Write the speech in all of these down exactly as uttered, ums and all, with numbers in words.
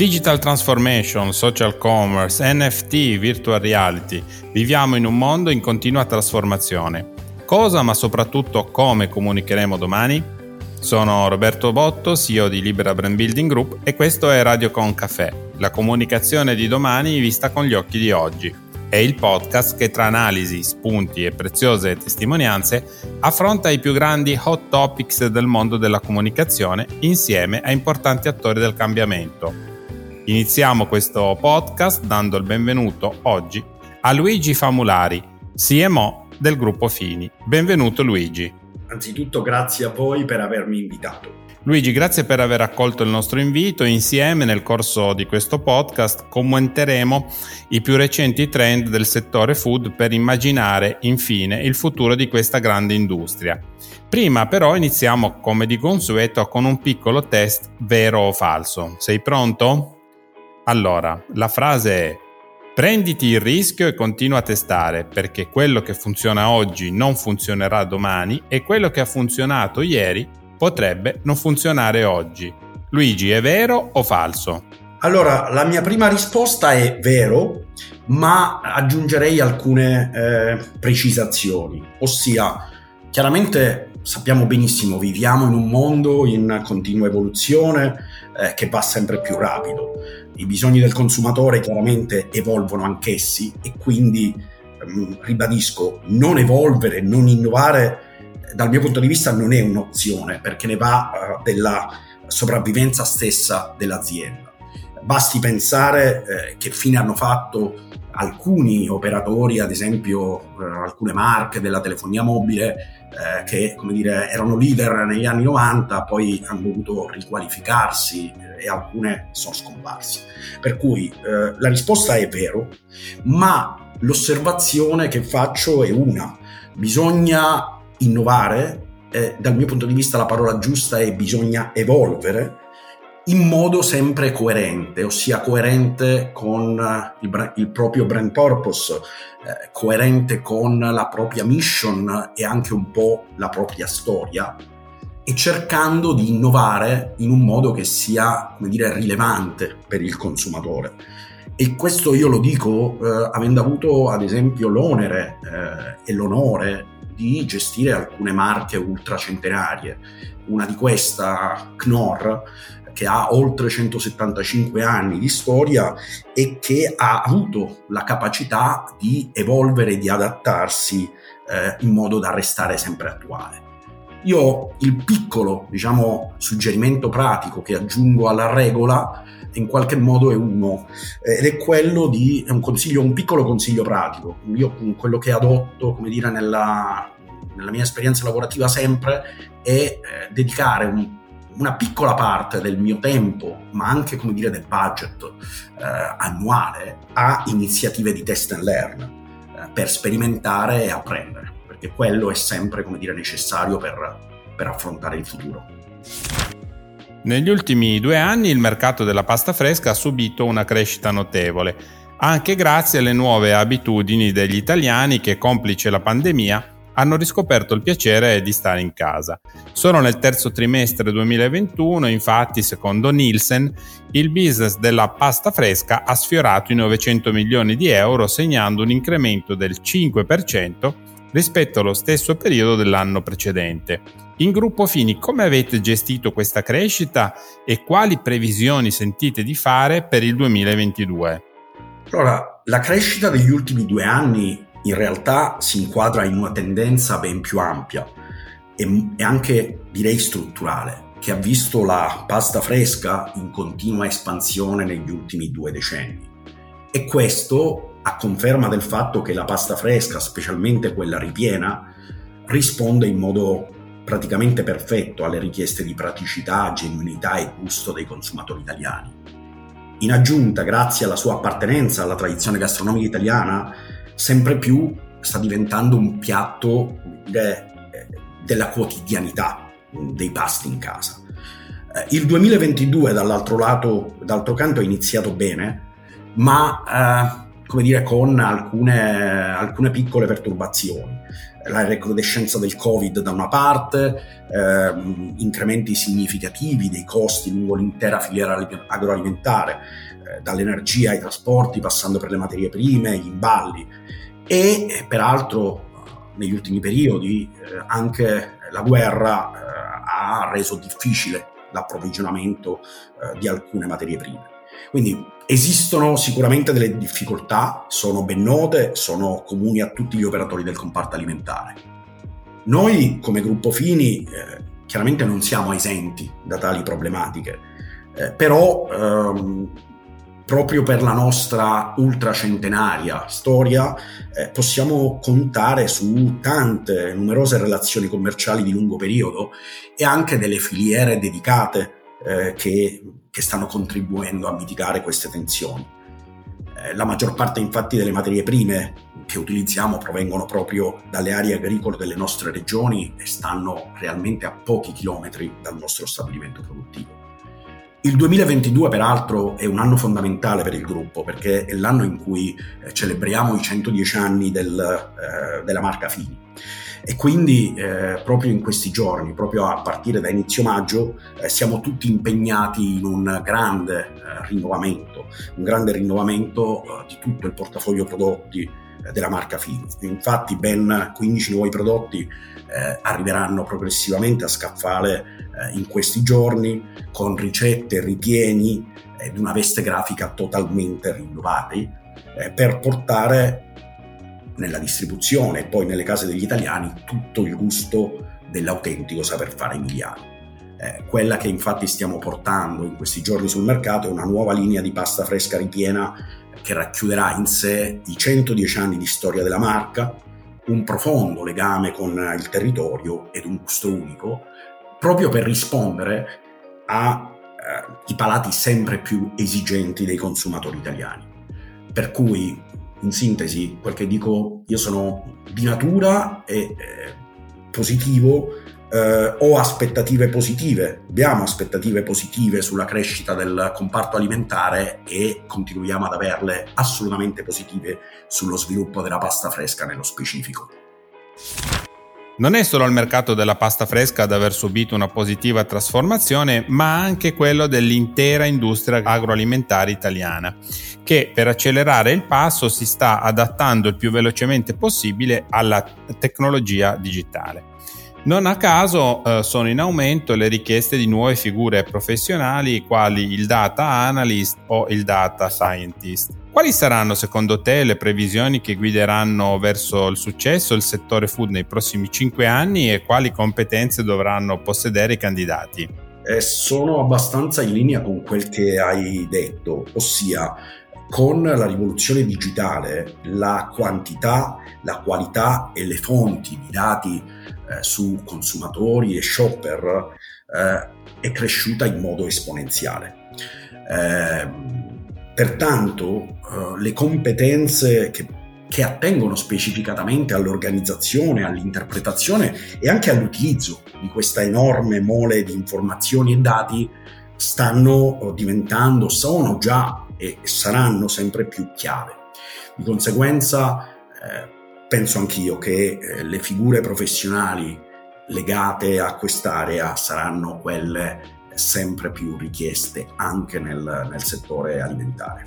Digital transformation, social commerce, N F T, virtual reality. Viviamo in un mondo in continua trasformazione. Cosa, ma soprattutto come comunicheremo domani? Sono Roberto Botto, C E O di Libera Brand Building Group e questo è Radiocon Café, la comunicazione di domani vista con gli occhi di oggi. È il podcast che tra analisi, spunti e preziose testimonianze affronta i più grandi hot topics del mondo della comunicazione insieme a importanti attori del cambiamento. Iniziamo questo podcast dando il benvenuto oggi a Luigi Famulari, C M O del gruppo Fini. Benvenuto Luigi. Anzitutto grazie a voi per avermi invitato. Luigi, grazie per aver accolto il nostro invito. Insieme nel corso di questo podcast commenteremo i più recenti trend del settore food per immaginare infine il futuro di questa grande industria. Prima però iniziamo come di consueto con un piccolo test vero o falso. Sei pronto? Allora, la frase è: prenditi il rischio e continua a testare, perché quello che funziona oggi non funzionerà domani e quello che ha funzionato ieri potrebbe non funzionare oggi. Luigi, è vero o falso? Allora, la mia prima risposta è vero, ma aggiungerei alcune eh, precisazioni, ossia, chiaramente sappiamo benissimo, viviamo in un mondo in continua evoluzione eh, che va sempre più rapido. I bisogni del consumatore chiaramente evolvono anch'essi e quindi, ehm, ribadisco, non evolvere, non innovare dal mio punto di vista non è un'opzione, perché ne va uh, della sopravvivenza stessa dell'azienda. Basti pensare eh, che fine hanno fatto alcuni operatori, ad esempio eh, alcune marche della telefonia mobile eh, che, come dire, erano leader negli anni novanta, poi hanno dovuto riqualificarsi eh, e alcune sono scomparse. Per cui eh, la risposta è vero, ma l'osservazione che faccio è una: bisogna innovare, eh, dal mio punto di vista la parola giusta è bisogna evolvere in modo sempre coerente, ossia coerente con il, bra- il proprio brand purpose, eh, coerente con la propria mission e anche un po' la propria storia, e cercando di innovare in un modo che sia, come dire, rilevante per il consumatore. E questo io lo dico eh, avendo avuto ad esempio l'onere eh, e l'onore di gestire alcune marche ultracentenarie. Una di questa, Knorr, che ha oltre centosettantacinque anni di storia e che ha avuto la capacità di evolvere e di adattarsi eh, in modo da restare sempre attuale. Io il piccolo, diciamo, suggerimento pratico che aggiungo alla regola in qualche modo è uno, ed è quello di è un consiglio, un piccolo consiglio pratico. Io quello che adotto, come dire, nella, nella mia esperienza lavorativa sempre è eh, dedicare un, una piccola parte del mio tempo, ma anche, come dire, del budget eh, annuale a iniziative di test and learn eh, per sperimentare e apprendere, perché quello è sempre, come dire, necessario per, per affrontare il futuro. Negli ultimi due anni il mercato della pasta fresca ha subito una crescita notevole, anche grazie alle nuove abitudini degli italiani che, complice la pandemia, hanno riscoperto il piacere di stare in casa. Solo nel terzo trimestre duemilaventuno, infatti, secondo Nielsen, il business della pasta fresca ha sfiorato i novecento milioni di euro, segnando un incremento del cinque per cento rispetto allo stesso periodo dell'anno precedente. In gruppo Fini, come avete gestito questa crescita e quali previsioni sentite di fare per il duemilaventidue? Allora, la crescita degli ultimi due anni in realtà si inquadra in una tendenza ben più ampia e, e anche, direi, strutturale, che ha visto la pasta fresca in continua espansione negli ultimi due decenni. E questo a conferma del fatto che la pasta fresca, specialmente quella ripiena, risponde in modo praticamente perfetto alle richieste di praticità, genuinità e gusto dei consumatori italiani. In aggiunta, grazie alla sua appartenenza alla tradizione gastronomica italiana, sempre più sta diventando un piatto, come dire, della quotidianità dei pasti in casa. Il duemilaventidue, dall'altro lato, d'altro canto, è iniziato bene, ma eh, come dire, con alcune, alcune piccole perturbazioni. la recrudescenza del Covid da una parte, eh, incrementi significativi dei costi lungo l'intera filiera agroalimentare, eh, dall'energia ai trasporti, passando per le materie prime, gli imballi, e eh, peraltro negli ultimi periodi eh, anche la guerra eh, ha reso difficile l'approvvigionamento eh, di alcune materie prime. Quindi esistono sicuramente delle difficoltà, sono ben note, sono comuni a tutti gli operatori del comparto alimentare. Noi come gruppo Fini eh, chiaramente non siamo esenti da tali problematiche, eh, però ehm, proprio per la nostra ultracentenaria storia eh, possiamo contare su tante, numerose relazioni commerciali di lungo periodo e anche delle filiere dedicate eh, che, che stanno contribuendo a mitigare queste tensioni. Eh, la maggior parte infatti delle materie prime che utilizziamo provengono proprio dalle aree agricole delle nostre regioni e stanno realmente a pochi chilometri dal nostro stabilimento produttivo. Il duemilaventidue peraltro è un anno fondamentale per il gruppo perché è l'anno in cui eh, celebriamo i centodieci anni del, eh, della marca Fini e quindi eh, proprio in questi giorni, proprio a partire da inizio maggio, eh, siamo tutti impegnati in un grande eh, rinnovamento, un grande rinnovamento eh, di tutto il portafoglio prodotti eh, della marca Fini. Infatti ben quindici nuovi prodotti eh, arriveranno progressivamente a scaffale in questi giorni con ricette, ripieni ed una veste grafica totalmente rinnovati eh, per portare nella distribuzione e poi nelle case degli italiani tutto il gusto dell'autentico saper fare emiliano. Eh, quella che infatti stiamo portando in questi giorni sul mercato è una nuova linea di pasta fresca ripiena che racchiuderà in sé i centodieci anni di storia della marca, un profondo legame con il territorio ed un gusto unico, proprio per rispondere ai eh, palati sempre più esigenti dei consumatori italiani. Per cui, in sintesi, quel che dico, io sono di natura e eh, positivo, eh, ho aspettative positive, abbiamo aspettative positive sulla crescita del comparto alimentare e continuiamo ad averle assolutamente positive sullo sviluppo della pasta fresca nello specifico. Non è solo il mercato della pasta fresca ad aver subito una positiva trasformazione, ma anche quello dell'intera industria agroalimentare italiana, che per accelerare il passo si sta adattando il più velocemente possibile alla tecnologia digitale. Non a caso eh, sono in aumento le richieste di nuove figure professionali quali il data analyst o il data scientist. Quali saranno secondo te le previsioni che guideranno verso il successo il settore food nei prossimi cinque anni e quali competenze dovranno possedere i candidati? Eh, sono abbastanza in linea con quel che hai detto, ossia con la rivoluzione digitale la quantità, la qualità e le fonti di dati eh, su consumatori e shopper eh, è cresciuta in modo esponenziale. Eh, Pertanto eh, le competenze che, che attengono specificatamente all'organizzazione, all'interpretazione e anche all'utilizzo di questa enorme mole di informazioni e dati stanno diventando, sono già e saranno sempre più chiave. Di conseguenza eh, penso anch'io che eh, le figure professionali legate a quest'area saranno quelle sempre più richieste anche nel, nel settore alimentare.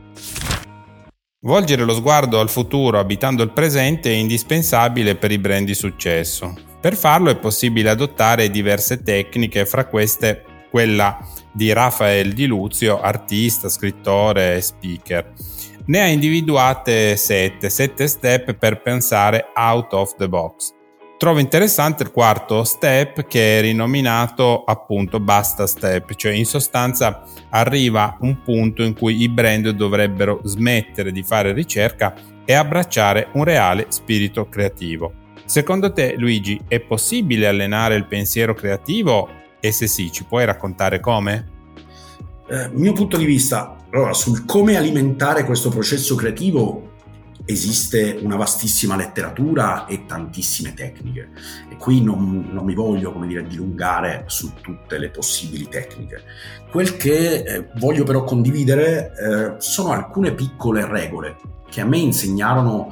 Volgere lo sguardo al futuro abitando il presente è indispensabile per i brand di successo. Per farlo è possibile adottare diverse tecniche, fra queste quella di Rafael Di Luzio, artista, scrittore e speaker. Ne ha individuate sette, sette step per pensare out of the box. Trovo interessante il quarto step, che è rinominato appunto Basta Step, cioè in sostanza arriva un punto in cui i brand dovrebbero smettere di fare ricerca e abbracciare un reale spirito creativo. Secondo te, Luigi, è possibile allenare il pensiero creativo? E se sì, ci puoi raccontare come? Eh, mio punto di vista, allora, sul come alimentare questo processo creativo esiste una vastissima letteratura e tantissime tecniche e qui non, non mi voglio, come dire, dilungare su tutte le possibili tecniche. Quel che eh, voglio però condividere eh, sono alcune piccole regole che a me insegnarono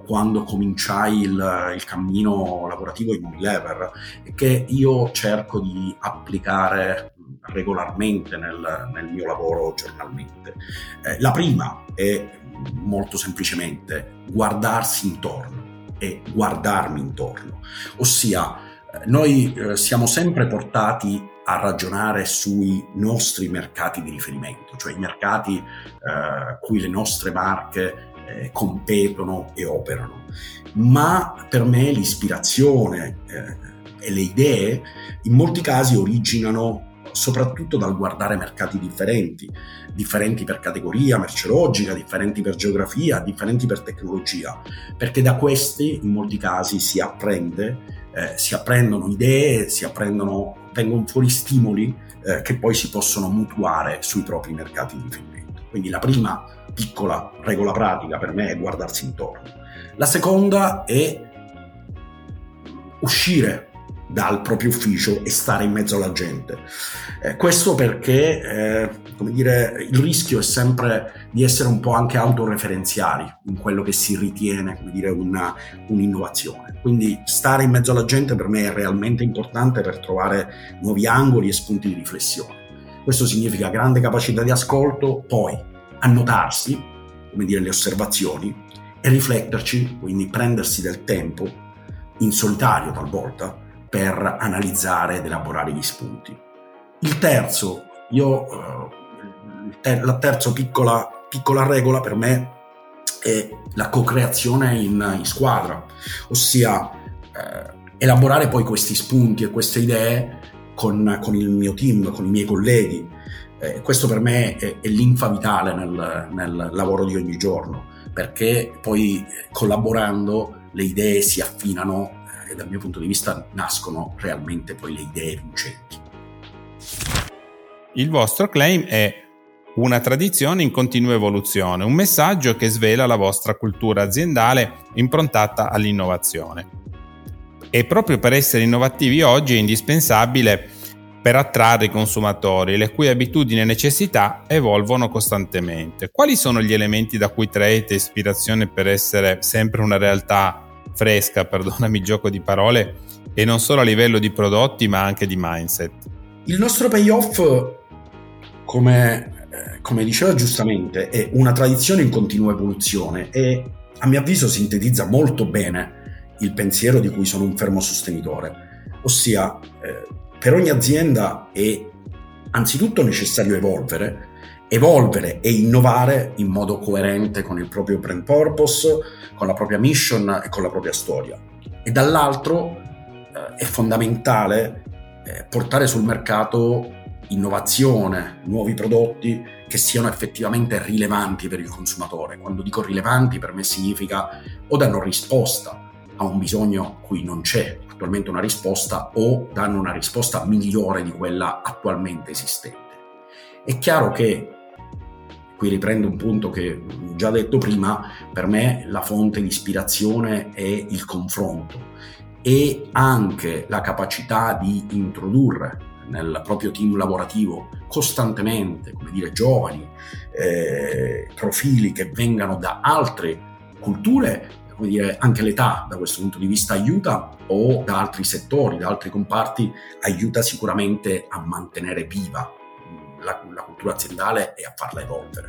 quando cominciai il, il cammino lavorativo in Unilever e che io cerco di applicare regolarmente nel, nel mio lavoro giornalmente. Eh, la prima è molto semplicemente guardarsi intorno e guardarmi intorno, ossia noi eh, siamo sempre portati a ragionare sui nostri mercati di riferimento, cioè i mercati eh, cui le nostre marche eh, competono e operano. Ma per me l'ispirazione eh, e le idee in molti casi originano soprattutto dal guardare mercati differenti, differenti per categoria merceologica, differenti per geografia, differenti per tecnologia, perché da questi in molti casi si apprende, eh, si apprendono idee, si apprendono, vengono fuori stimoli eh, che poi si possono mutuare sui propri mercati di riferimento. Quindi la prima piccola regola pratica per me è guardarsi intorno. La seconda è uscire dal proprio ufficio e stare in mezzo alla gente. Eh, questo perché, eh, come dire, il rischio è sempre di essere un po' anche autoreferenziali in quello che si ritiene, come dire, una, un'innovazione. Quindi stare in mezzo alla gente per me è realmente importante per trovare nuovi angoli e spunti di riflessione. Questo significa grande capacità di ascolto, poi annotarsi, come dire, le osservazioni e rifletterci, quindi prendersi del tempo, in solitario talvolta, per analizzare ed elaborare gli spunti. Il terzo, io, eh, ter- la terza piccola, piccola regola per me è la co-creazione in, in squadra, ossia eh, elaborare poi questi spunti e queste idee con, con il mio team, con i miei colleghi. Eh, questo per me è, è l'infa vitale nel, nel lavoro di ogni giorno, perché poi collaborando le idee si affinano e dal mio punto di vista nascono realmente poi le idee vincenti. Il vostro claim è una tradizione in continua evoluzione, un messaggio che svela la vostra cultura aziendale improntata all'innovazione. E proprio per essere innovativi oggi è indispensabile per attrarre i consumatori, le cui abitudini e necessità evolvono costantemente. Quali sono gli elementi da cui traete ispirazione per essere sempre una realtà fresca, perdonami il gioco di parole, e non solo a livello di prodotti ma anche di mindset? Il nostro payoff, come, eh, come diceva giustamente, è una tradizione in continua evoluzione e a mio avviso sintetizza molto bene il pensiero di cui sono un fermo sostenitore, ossia eh, per ogni azienda è anzitutto necessario evolvere, evolvere e innovare in modo coerente con il proprio brand purpose, con la propria mission e con la propria storia. E dall'altro eh, è fondamentale eh, portare sul mercato innovazione, nuovi prodotti che siano effettivamente rilevanti per il consumatore. Quando dico rilevanti per me significa o danno risposta a un bisogno cui non c'è attualmente una risposta o danno una risposta migliore di quella attualmente esistente. È chiaro che, qui riprendo un punto che ho già detto prima, per me la fonte di ispirazione è il confronto e anche la capacità di introdurre nel proprio team lavorativo costantemente, come dire, giovani, eh, profili che vengano da altre culture, come dire, anche l'età da questo punto di vista aiuta, o da altri settori, da altri comparti, aiuta sicuramente a mantenere viva la, la cultura aziendale e a farla evolvere.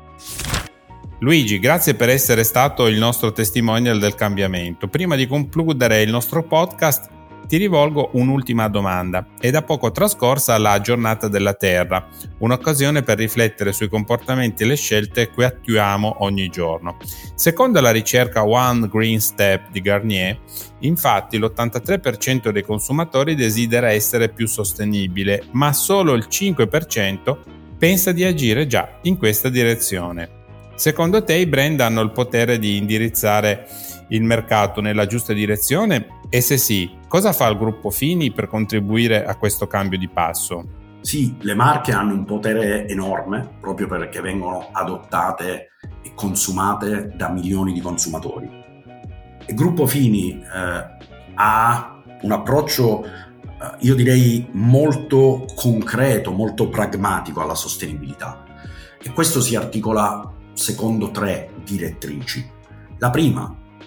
Luigi, grazie per essere stato il nostro testimonial del cambiamento. Prima di concludere il nostro podcast, ti rivolgo un'ultima domanda. È da poco trascorsa la giornata della Terra, un'occasione per riflettere sui comportamenti e le scelte che attuiamo ogni giorno. Secondo la ricerca One Green Step di Garnier, infatti l'ottantatré per cento dei consumatori desidera essere più sostenibile, ma solo il cinque per cento pensa di agire già in questa direzione. Secondo te i brand hanno il potere di indirizzare il mercato nella giusta direzione? E se sì, cosa fa il gruppo Fini per contribuire a questo cambio di passo? Sì, le marche hanno un potere enorme proprio perché vengono adottate e consumate da milioni di consumatori. Il gruppo Fini eh, ha un approccio, eh, io direi, molto concreto, molto pragmatico alla sostenibilità e questo si articola secondo tre direttrici. La prima,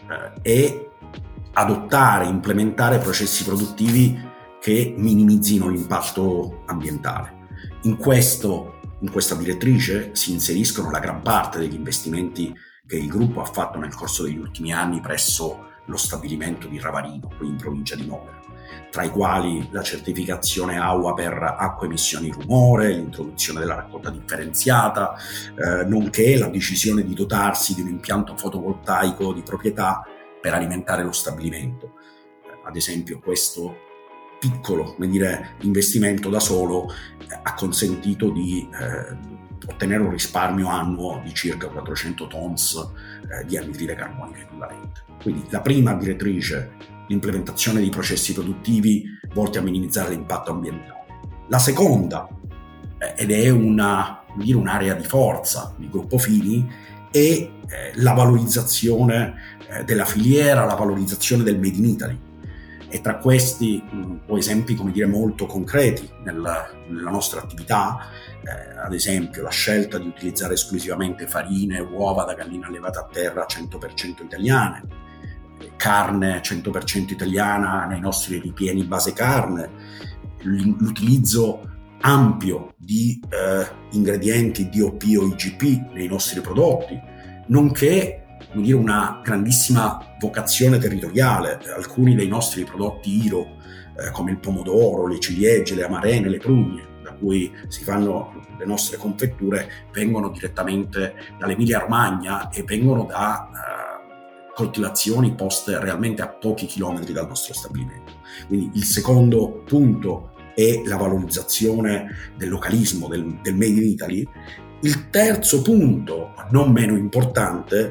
eh, e adottare, implementare processi produttivi che minimizzino l'impatto ambientale. In questo, in questa direttrice si inseriscono la gran parte degli investimenti che il gruppo ha fatto nel corso degli ultimi anni presso lo stabilimento di Ravarino, qui in provincia di Modena, tra i quali la certificazione A U A per acqua, emissioni, rumore, l'introduzione della raccolta differenziata, eh, nonché la decisione di dotarsi di un impianto fotovoltaico di proprietà per alimentare lo stabilimento. Eh, ad esempio, questo piccolo, come dire, investimento da solo eh, ha consentito di eh, ottenere un risparmio annuo di circa quattrocento tons eh, di anidride carbonica equivalente. Quindi la prima direttrice, l'implementazione di processi produttivi volti a minimizzare l'impatto ambientale. La seconda, eh, ed è una, dire, un'area di forza di Gruppo Fini, è eh, la valorizzazione eh, della filiera, la valorizzazione del Made in Italy. E tra questi mh, esempi, come dire, molto concreti nella, nella nostra attività, eh, ad esempio la scelta di utilizzare esclusivamente farine e uova da gallina allevata a terra cento per cento italiane, carne cento per cento italiana nei nostri ripieni base carne, l'utilizzo ampio di eh, ingredienti D O P o I G P nei nostri prodotti, nonché, come dire, una grandissima vocazione territoriale. Alcuni dei nostri prodotti I R O, eh, come il pomodoro, le ciliegie, le amarene, le prugne, da cui si fanno le nostre confetture, vengono direttamente dall'Emilia Romagna e vengono da eh, coltivazioni poste realmente a pochi chilometri dal nostro stabilimento. Quindi il secondo punto è la valorizzazione del localismo, del, del Made in Italy. Il terzo punto, non meno importante,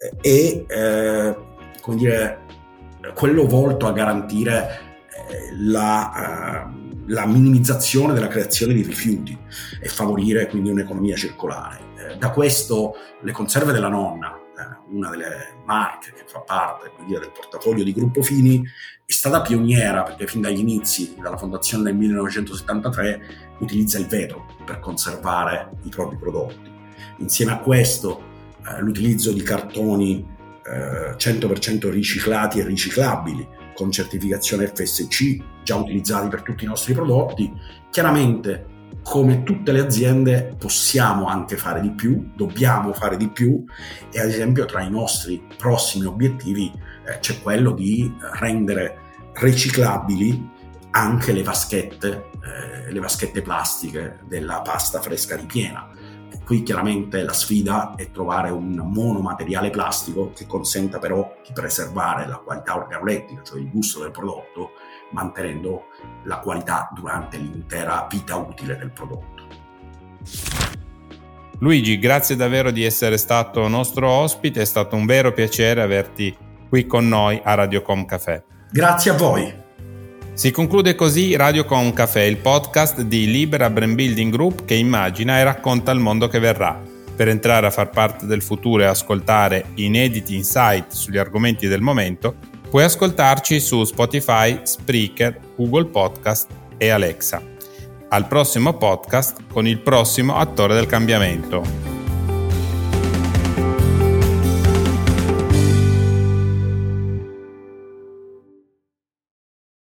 è eh, come dire, quello volto a garantire eh, la, uh, la minimizzazione della creazione di rifiuti e favorire quindi un'economia circolare. Eh, da questo le conserve della nonna, eh, una delle marche che fa parte, come dire, del portafoglio di Gruppo Fini, è stata pioniera perché fin dagli inizi, dalla fondazione del millenovecentosettantatré, utilizza il vetro per conservare i propri prodotti. Insieme a questo eh, l'utilizzo di cartoni eh, cento per cento riciclati e riciclabili con certificazione F S C, già utilizzati per tutti i nostri prodotti. Chiaramente, come tutte le aziende, possiamo anche fare di più, dobbiamo fare di più, e ad esempio tra i nostri prossimi obiettivi eh, c'è quello di rendere riciclabili anche le vaschette, eh, le vaschette plastiche della pasta fresca ripiena. Qui chiaramente la sfida è trovare un monomateriale plastico che consenta però di preservare la qualità organolettica, cioè il gusto del prodotto, mantenendo la qualità durante l'intera vita utile del prodotto. Luigi, grazie davvero di essere stato nostro ospite, è stato un vero piacere averti qui con noi a Radiocom Café. Grazie a voi. Si conclude così Radiocom Café, il podcast di Libera Brand Building Group che immagina e racconta il mondo che verrà. Per entrare a far parte del futuro e ascoltare inediti insight sugli argomenti del momento, puoi ascoltarci su Spotify, Spreaker, Google Podcast e Alexa. Al prossimo podcast con il prossimo attore del cambiamento.